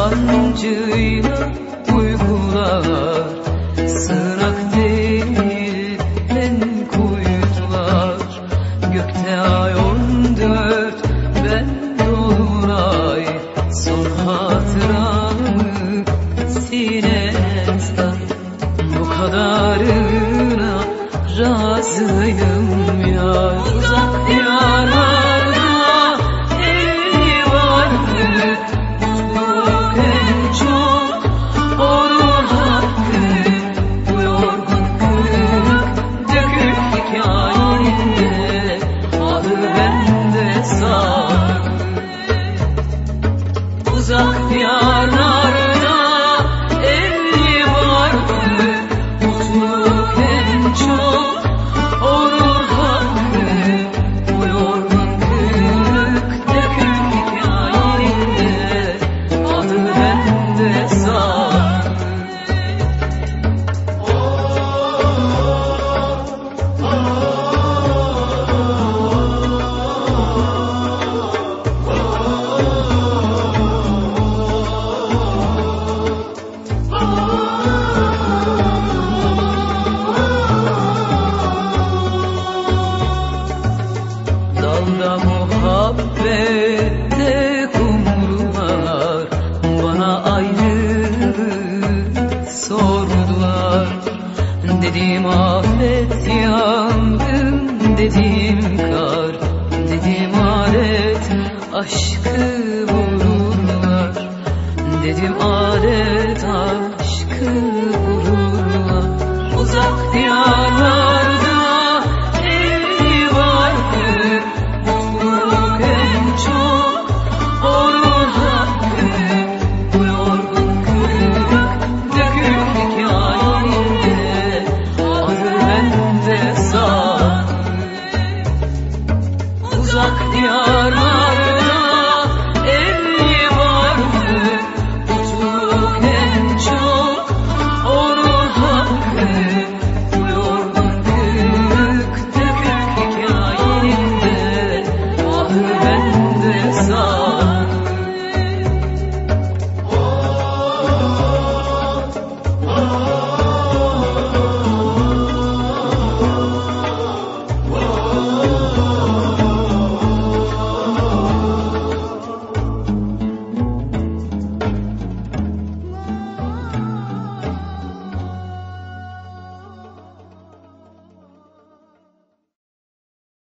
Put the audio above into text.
sancıyla uykular, sığınak değil en kuytular. Gökte ay 14, ben dolunay, son hatıramı sinemden. Bu kadarına razıyım ya. Uzak diyarlarda eli vardı, mutluluk en çok onun hakkı. Bu yorgun kırık dökük hikayende adı bende saklı. Uzak diyarlarda eli vardı, mutluluk en çok onun hakkı. Bu yorgun kırık dökük hikayende adı bende saklı. Dalda muhabbette kumrular bana ayrı sordular. Dedim afet yangın, dedim kar, dedim adet aşkı vururlar. Dedim adet